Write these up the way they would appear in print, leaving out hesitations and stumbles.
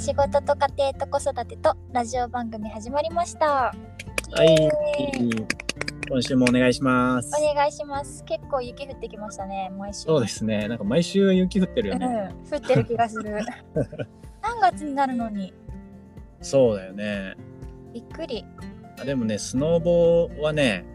仕事と家庭と子育てとラジオ番組始まりました。 はい、今週もお願いします。 お願いします。結構雪降ってきましたね、毎週。 そうですね、なんか毎週雪降ってるよね。 降ってる気がする。3月になるのに。 そうだよね。 びっくり。 でもね、スノーボーはね、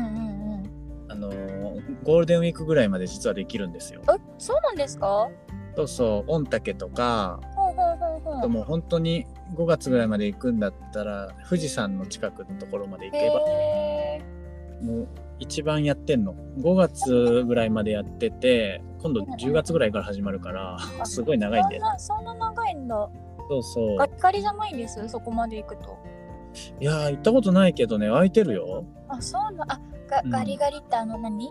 ゴールデンウィークぐらいまで実はできるんですよ。 そうなんですか？ そうそう、御嶽とか、 ほうもう本当に5月ぐらいまで行くんだったら富士山の近くのところまで行けばもう一番やってんの5月ぐらいまでやってて、今度10月ぐらいから始まるからすごい長いんで。 そんな長いんだ。 そうそう。 ガリガリじゃないんです、そこまで行くと。 いやー、行ったことないけどね、空いてるよ。 そうな。ガリガリって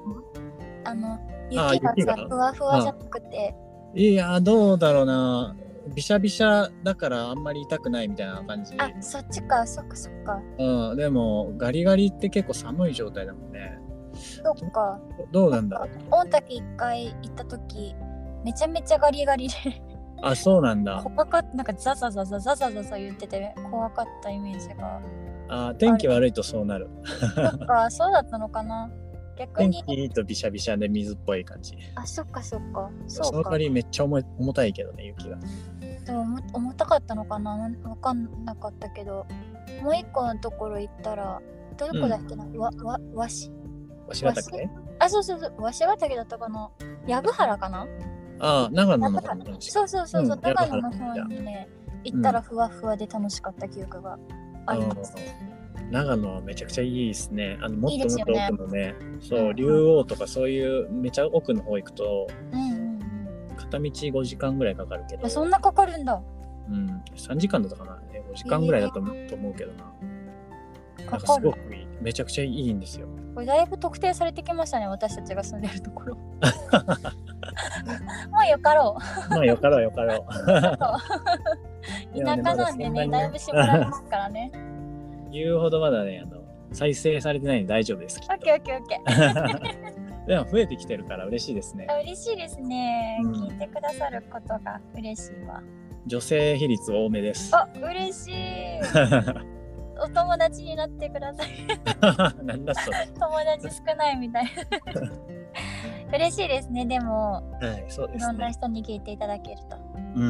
雪がさふわふわじゃなくて。 いや、どうだろうな、びしゃびしゃだからあんまり痛くないみたいな感じ。 そっちか。そっか。 でもガリガリって結構寒い状態だもんね。 そっか。 どうなんだろう。 御嶽一回行った時めちゃめちゃガリガリでそうなんだ。 怖かった。なんかザザザ言ってて怖かったイメージが。 天気悪いとそうなる。 そっか、そうだったのかな。逆に天気いいとびしゃびしゃで水っぽい感じ。 そっか。 その代わりめっちゃ重たいけどね、雪が。 でも重たかったのかな、分かんなかったけど、もう一個のところ行ったらどこだっけな、わしヶ岳？ そうわしヶ岳だったかな、藪原かな。 長野の方に。 そう、長野の方にね行ったらふわふわで楽しかった記憶があります。 長野はめちゃくちゃいいですね。もっともっと奥のね、 そう竜王とかそういうめちゃ奥の方行くと、片道5時間ぐらいかかるけど。 そんなかかるんだ。 3時間だったかな、5時間ぐらいだと思うけどな。なんかすごくいい、めちゃくちゃいいんですよ。 これだいぶ特定されてきましたね、私たちが住んでるところ。もうよかろう。 よかろう。 田舎なんでね、だいぶ絞られますからね。 言うほどまだね、再生されてないんで大丈夫です。 オッケー。 でも増えてきてるから嬉しいですね。 嬉しいですね。聞いてくださることが嬉しいわ。 女性比率多めです。 嬉しい。お友達になってください。 なんだそれ。 友達少ないみたい。嬉しいですね。でも、 そうですね、 いろんな人に聞いていただけると。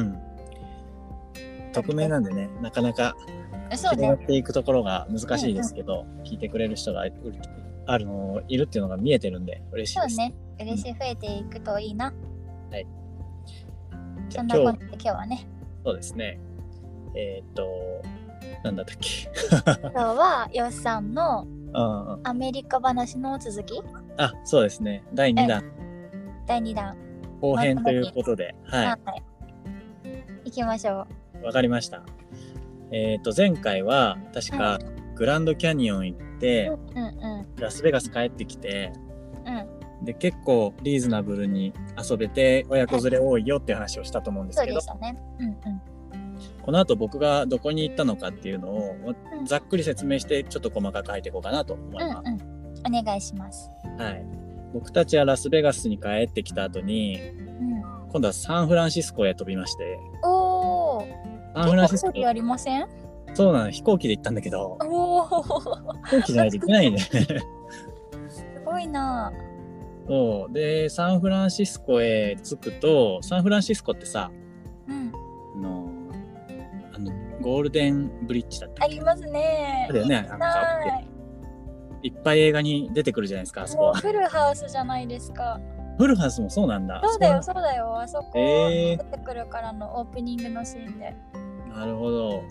匿名なんでね、なかなか広がっていくところが難しいですけど、聞いてくれる人がいるっていうのが見えてるんで嬉しいです。 そうね、嬉しい、増えていくといいな。 はい。 そんなことで今日はね。 そうですね。なんだったっけ。 今日はよっさんのアメリカ話の続き。 そうですね。第2弾。 第2弾。 後編ということで、 行きましょう。わかりました。前回は確かグランドキャニオン行って、ラスベガス帰ってきて、で結構リーズナブルに遊べて親子連れ多いよっていう話をしたと思うんですけど、この後僕がどこに行ったのかっていうのをざっくり説明してちょっと細かく入っていこうかなと思います。 お願いします。 僕たちはラスベガスに帰ってきた後に、今度はサンフランシスコへ飛びまして。サンフランシスコありません？ そうなの、飛行機で行ったんだけど、飛行機じゃないといけないね。すごいな。 そうで、サンフランシスコへ着くと、サンフランシスコってさ、ゴールデンブリッジだったっけ？ ありますね。 だよね。いっぱい映画に出てくるじゃないですか、あそこは。 フルハウスじゃないですか。 フルハウスもそうなんだ。 そうだよ。あそこ出てくるからのオープニングのシーンで。 なるほど。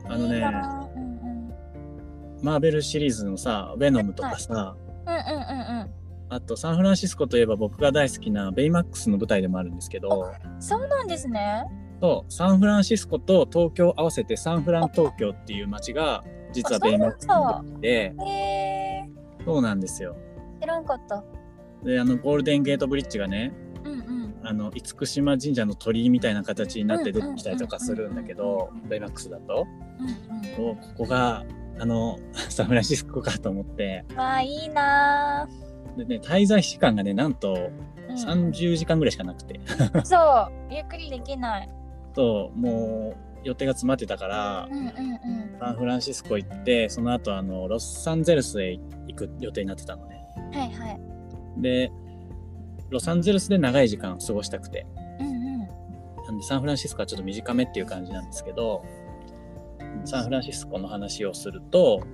マーベルシリーズのさ、ベノムとかさ、あとサンフランシスコといえば僕が大好きなベイマックスの舞台でもあるんですけど。 そうなんですね。 そうサンフランシスコと東京合わせてサンフラン東京っていう街が実はベイマックスの舞台で。そうなんですよ。 知らんかった。 でゴールデンゲートブリッジがね、厳島神社の鳥居みたいな形になって出てきたりとかするんだけど、ベイマックスだと、ここがサンフランシスコかと思って。 いいな。 でね、滞在時間がね、なんと30時間ぐらいしかなくて。 そう、ゆっくりできない。 そう、も予定が詰まってたから、 うんうんうん。 サンフランシスコ行って、その後ロサンゼルスへ行く予定になってたのね。 はいはい。 でロサンゼルスで長い時間過ごしたくて、 うんうん。 なんでサンフランシスコはちょっと短めっていう感じなんですけど、サンフランシスコの話をすると、 はい。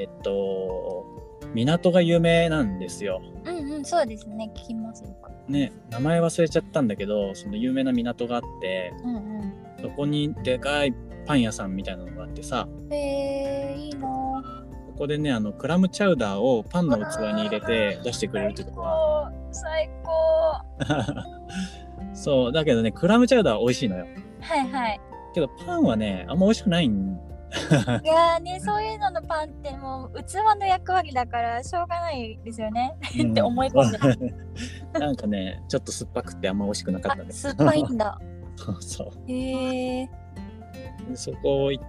港が有名なんですよ。 うんうん、そうですね、聞きますよく。 ね、名前忘れちゃったんだけど、その有名な港があって、 うんうん。 そこにでかいパン屋さんみたいなのがあってさ、 いいなぁ。 ここでね、クラムチャウダーをパンの器に入れて出してくれるってとこが最高。 そうだけどね、クラムチャウダーは美味しいのよ。 はいはい。 けどパンはね、あんま美味しくないんいやーね、そういうののパンってもう器の役割だからしょうがないですよねって思い込んでる。 なんかね、ちょっと酸っぱくてあんま美味しくなかったね。 酸っぱいんだ。 そうそう。 へえ。 でそこ行って、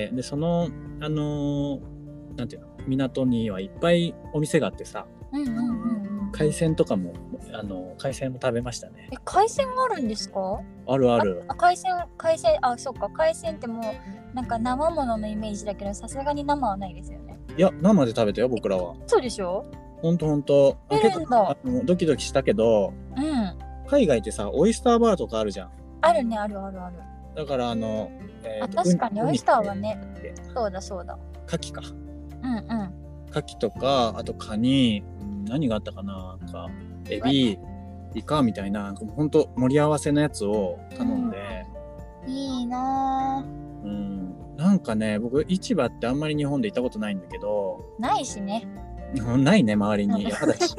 でそのなんていうの、港にはいっぱいお店があってさ、 うんうんうんうん。 海鮮とかも海鮮も食べましたね。 海鮮あるんですか？ あるある。 海鮮、そっか、海鮮ってもうなんか生もののイメージだけど、さすがに生はないですよね。 いや、生で食べたよ僕らは。 そうでしょ？ ほんと出るんだ。 ドキドキしたけど、 うん。 海外ってさオイスターバーとかあるじゃん。 あるね、あるあるある。 だから確かにオイスターはね。そうだそうだ。 牡蠣か。 うんうん。 牡蠣とか、あとカニ、何があったかな、なんかエビ、イカみたいな、ほんと盛り合わせのやつを頼んで、 いいなぁ。なんかね、僕市場ってあんまり日本で行ったことないんだけど、 ないしね。 ないね、周りに。やだし。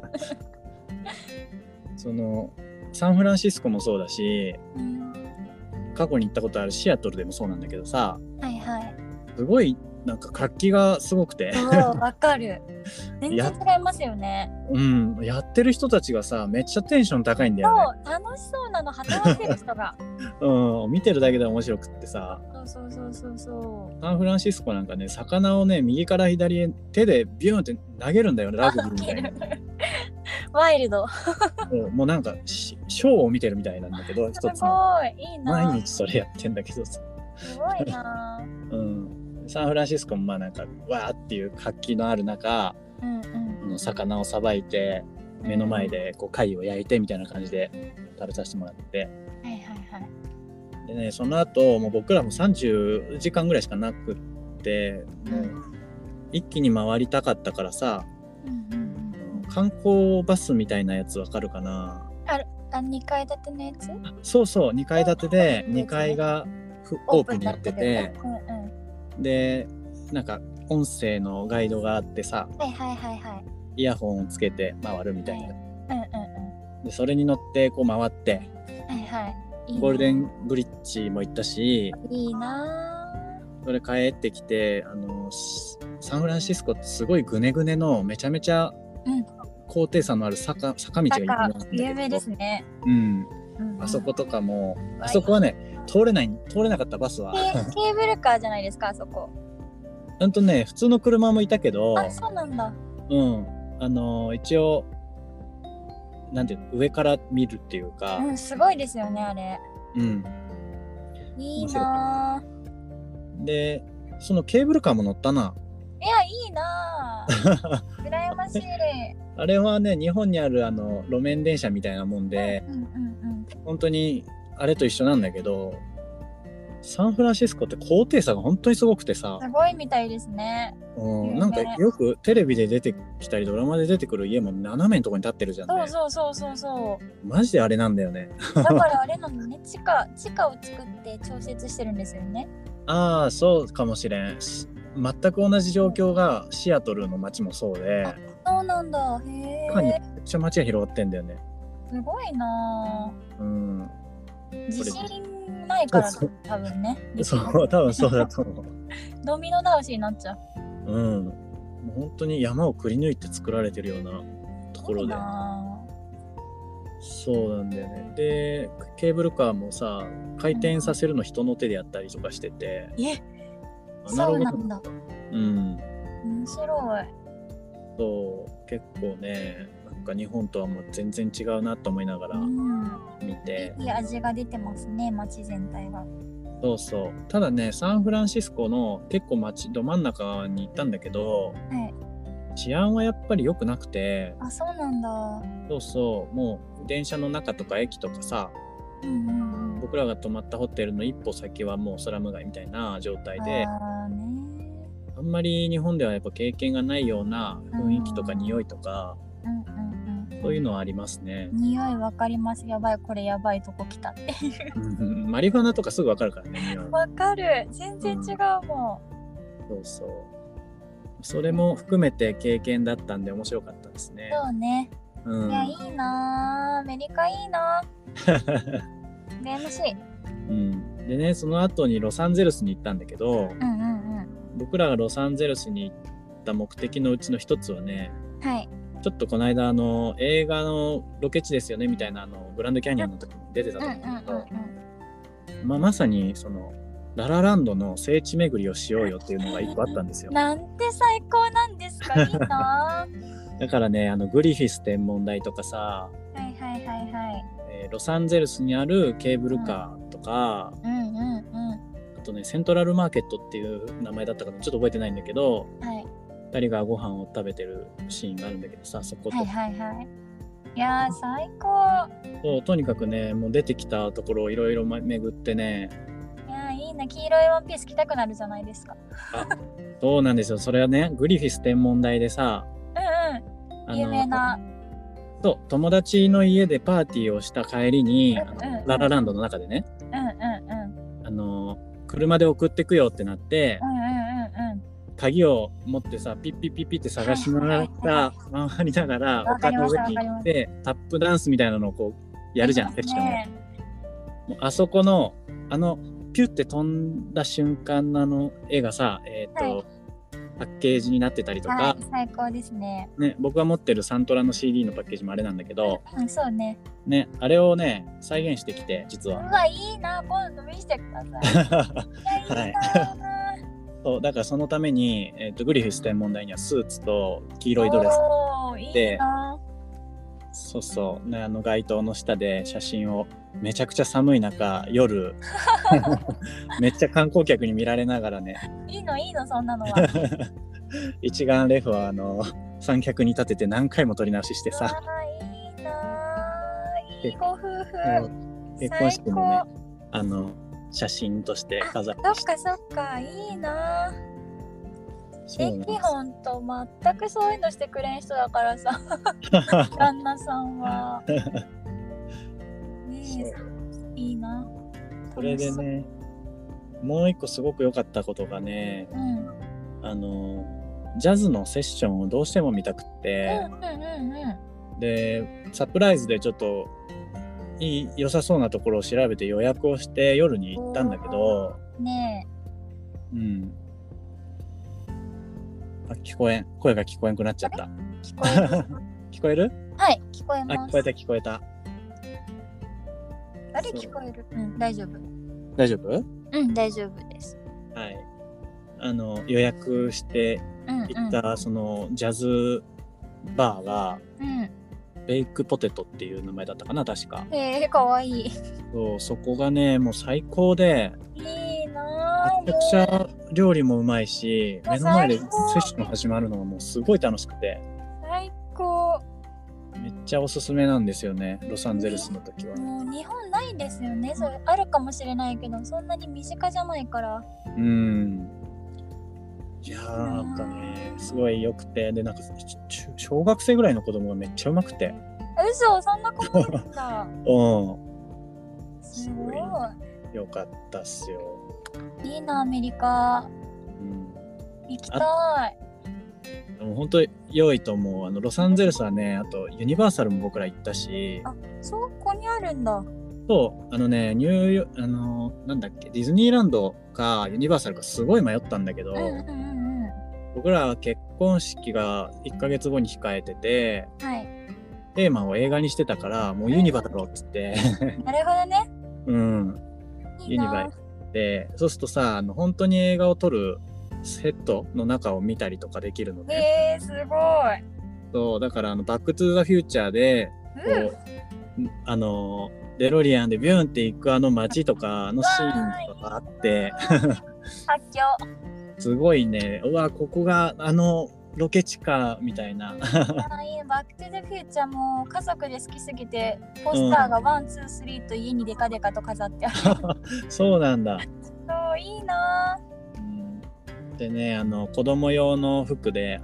そのサンフランシスコもそうだし、過去に行ったことあるシアトルでもそうなんだけどさ、 はいはい。 すごいなんか活気がすごくて。 わかる。全然違いますよね。 やってる人たちがさ、めっちゃテンション高いんだよね。 そう、楽しそうなの、働いてる人が。 見てるだけで面白くってさ。 そう。 サンフランシスコなんかね、魚をね、右から左へ手でビューンって投げるんだよね、ラグビーみたいな。 ワイルド。 もうなんかショーを見てるみたいなんだけど、一つの。 すごい、いいな。 毎日それやってんだけどさ。 すごいな。 サンフランシスコもまあなんかわーっていう活気のある中、魚をさばいて目の前でこう貝を焼いてみたいな感じで食べさせてもらって、でね、その後もう僕らも30時間ぐらいしかなくって、もう一気に回りたかったからさ、観光バスみたいなやつわかるかな ？2階建てのやつ？ そう2階建てで2階がオープンになってて、でなんか音声のガイドがあってさ、イヤホンをつけて回るみたいな、でそれに乗ってこう回って、ゴールデンブリッジも行ったし、 いいな。 それ帰ってきて、サンフランシスコってすごいグネグネのめちゃめちゃ高低差のある坂道が有名ですね。 あそことかも、あそこはね通れなかったバスは。 ケーブルカーじゃないですか、あそこ。 ね、普通の車もいたけど、 そうなんだ。 一応なんていうの、上から見るっていうか、 すごいですよねあれ。いいな。 でそのケーブルカーも乗ったな。 いや、いいな。羨ましい。 あれはね、日本にある路面電車みたいなもんで、本当にあれと一緒なんだけど、サンフランシスコって高低差が本当にすごくてさ、 すごいみたいですね。 なんかよくテレビで出てきたりドラマで出てくる家も斜めのとこに建ってるじゃんね。 そうマジであれなんだよね。 だからあれなのね、地下を作って調節してるんですよね。 ああ、そうかもしれん。全く同じ状況がシアトルの街もそうで。 そうなんだ。へえ。 めっちゃ街が広がってんだよね。 すごいな。地震ないから多分ね。 そう、多分そうだと思う。 ドミノ倒しになっちゃう。 もう本当に山をくり抜いて作られてるようなところで。そうなんだよね。で、ケーブルカーもさ、回転させるの人の手でやったりとかしてて。 そうなんだ。 面白い。 そう、結構ね、なんか日本とはもう全然違うなと思いながら見て、 いい味が出てますね、街全体が。 そうそう。ただね、サンフランシスコの結構街ど真ん中に行ったんだけど、 はい。 治安はやっぱり良くなくて、 あ、そうなんだ。 そうそう、もう電車の中とか駅とかさ、僕らが泊まったホテルの一歩先はもうスラム街みたいな状態で、あんまり日本ではやっぱ経験がないような雰囲気とか匂いとか、そういうのはありますね。 匂いわかります。やばい、これやばいとこ来たってマリファナとかすぐわかるからね、匂い。 わかる。全然違うもん。そうそう。それも含めて経験だったんで面白かったですね。 そうね。いや、いいなアメリカいいな羨ましい。 でね、その後にロサンゼルスに行ったんだけど、僕らがロサンゼルスに行った目的のうちの一つはね、はい、ちょっとこの間映画のロケ地ですよねみたいなグランドキャニオンの時に出てたと思うんだけど、まさにそのララランドの聖地巡りをしようよっていうのが一個あったんですよ。 なんて最高なんですか。いいなだからね、グリフィス天文台とかさ、ロサンゼルスにあるケーブルカーとか、あとねセントラルマーケットっていう名前だったかな、ちょっと覚えてないんだけど、2人がご飯を食べてるシーンがあるんだけどさ、そこと、いやー最高。 そう、とにかくね、もう出てきたところをいろいろ巡ってね、 いやーいいな、黄色いワンピース着たくなるじゃないですか。 そうなんですよ。それはね、グリフィス天文台でさ、 有名な、 そう、友達の家でパーティーをした帰りに、ララランドの中でね、車で送ってくよってなって、鍵を持ってさ、ピッピッピッピッって探しながら、回りながら丘の上に行ってタップダンスみたいなのをこうやるじゃん、セッションを。あそこのピュって飛んだ瞬間の絵がさ、パッケージになってたりとか、 最高ですね。 僕が持ってるサントラの CD のパッケージもあれなんだけど、 そうね。 あれをね再現してきて、実は。 うわ、いいな、今度見せてください。はい。 そうだからそのために、グリフィス天文台にはスーツと黄色いドレスで、そうそうね、街灯の下で写真をめちゃくちゃ寒い中夜めっちゃ観光客に見られながらね。 いいのそんなのは。 一眼レフは三脚に立てて何回も撮り直ししてさ。 いいないいご夫婦。 結婚式もね写真として飾って。 そっかいいな。ほんと全くそういうのしてくれん人だからさ旦那さんはねえ、いいな。 それでね、もう一個すごく良かったことがね、ジャズのセッションをどうしても見たくって、でサプライズでちょっと良さそうなところを調べて予約をして夜に行ったんだけど、声が聞こえんくなっちゃった。聞こえる？ はい、聞こえます。 聞こえた。 あれ聞こえる？大丈夫。 大丈夫？ 大丈夫です。 はい。予約して行ったそのジャズバーが、ベイクポテトっていう名前だったかな、確か。 かわいい。 そこがねもう最高で、 いいな。 めちゃくちゃ料理もうまいし、目の前でセッション始まるのがもうすごい楽しくて、 最高。 めっちゃおすすめなんですよね、ロサンゼルスの時は。 もう日本ないですよね。それあるかもしれないけど、そんなに身近じゃないから。 いやなんかねすごい良くて、でなんか小学生ぐらいの子供がめっちゃうまくて。 嘘、そんな子もいるんだ。すごい良かったっすよ。 いいな、アメリカ。行きたい。 もう本当良いと思う。ロサンゼルスはね、あとユニバーサルも僕ら行ったし。 そこにあるんだ。 そうなんだっけ、ディズニーランドかユニバーサルかすごい迷ったんだけど、僕らは結婚式が1ヶ月後に控えてて、テーマを映画にしてたからもうユニバだろうっつってなるほどね。 ユニバで、そうするとさ本当に映画を撮るセットの中を見たりとかできるのね。 すごい。 そうだからバックトゥーザフューチャーでこうデロリアンでビューンって行くあの街とかあのシーンとかがあって発狂。 すごいね、うわここがあのロケ地かみたいな。 いいバック・トゥ・ザ・フューチャーも家族で好きすぎてポスターがワン、ツー、スリーと家にデカデカと飾ってある。 そうなんだ。 そういいな。 でね、子供用の服で、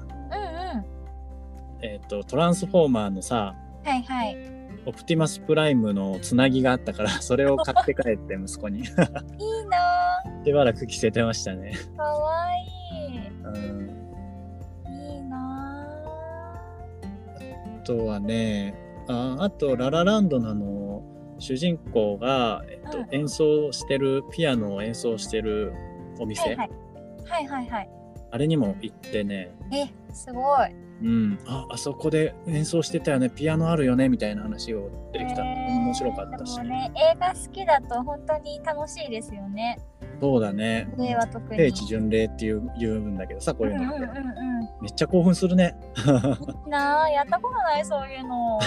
トランスフォーマーのさ、 はいはい、 オプティマスプライムのつなぎがあったからそれを買って帰って息子にいいな。 しばらく着せてましたね。 かわいい。いいな。 あとはね、あとララランドの主人公が、演奏してるピアノを演奏してるお店、 はいあれにも行ってね、 すごい。 あそこで演奏してたよね、ピアノあるよねみたいな話を出てきた。面白かったし、 でもね、映画好きだと本当に楽しいですよね。 そうだね。 例は特に聖地巡礼って言うんだけどさ、こういうのって、めっちゃ興奮するね。 いいな、やったことないそういうの。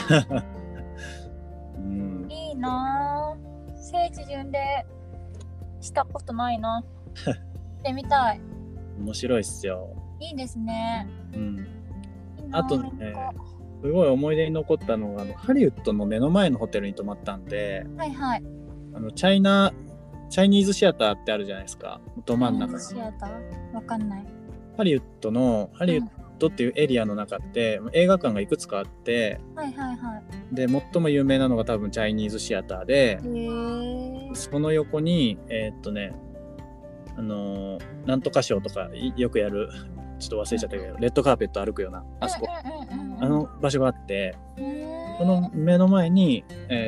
いいな。聖地巡礼したことないな。してみたい。 面白いっすよ。 いいですね。 あとね、すごい思い出に残ったのがハリウッドの目の前のホテルに泊まったんで、チャイニーズシアターってあるじゃないですか、ど真ん中に。 シアターわかんない。 ハリウッドっていうエリアの中って映画館がいくつかあって、で最も有名なのが多分チャイニーズシアターで、その横になんとかショーとかよくやる、ちょっと忘れちゃったけど、レッドカーペット歩くようなあそこ、あの場所があって、その目の前に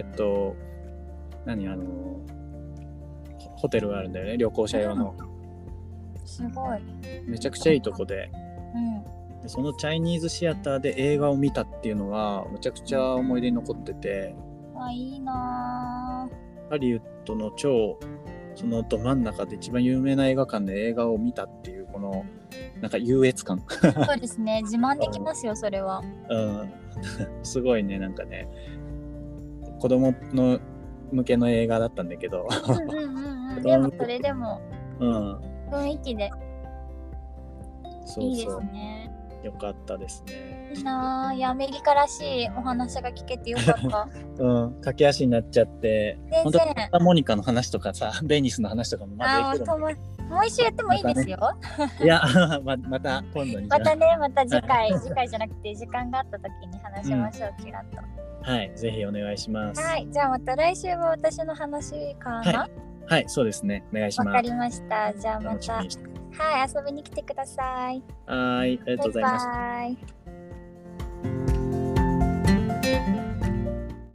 ホテルがあるんだよね、旅行者用の。 すごい。 めちゃくちゃいいとこで、でそのチャイニーズシアターで映画を見たっていうのはめちゃくちゃ思い出に残ってて、 いいな。 ハリウッドのそのど真ん中で一番有名な映画館で映画を見たっていうこのなんか優越感。 そうですね、自慢できますよそれは。 すごいね、なんかね、子供の向けの映画だったんだけど、 でもそれでも雰囲気でいいですね。 よかったですね。 いいな。アメリカらしいお話が聞けてよかった。 駆け足になっちゃって、本当にサンタモニカの話とかさ、ベニスの話とかもまだできるんだけど、 もう一周やってもいいですよ。 いやまた今度に。 また次回じゃなくて時間があった時に話しましょう、キラッと。 はい、ぜひお願いします。 はい、じゃあまた来週は私の話かな。 はい、そうですね、お願いします。 わかりました。じゃあまた遊びに来てください。 はい、ありがとうございました。 バイバイ。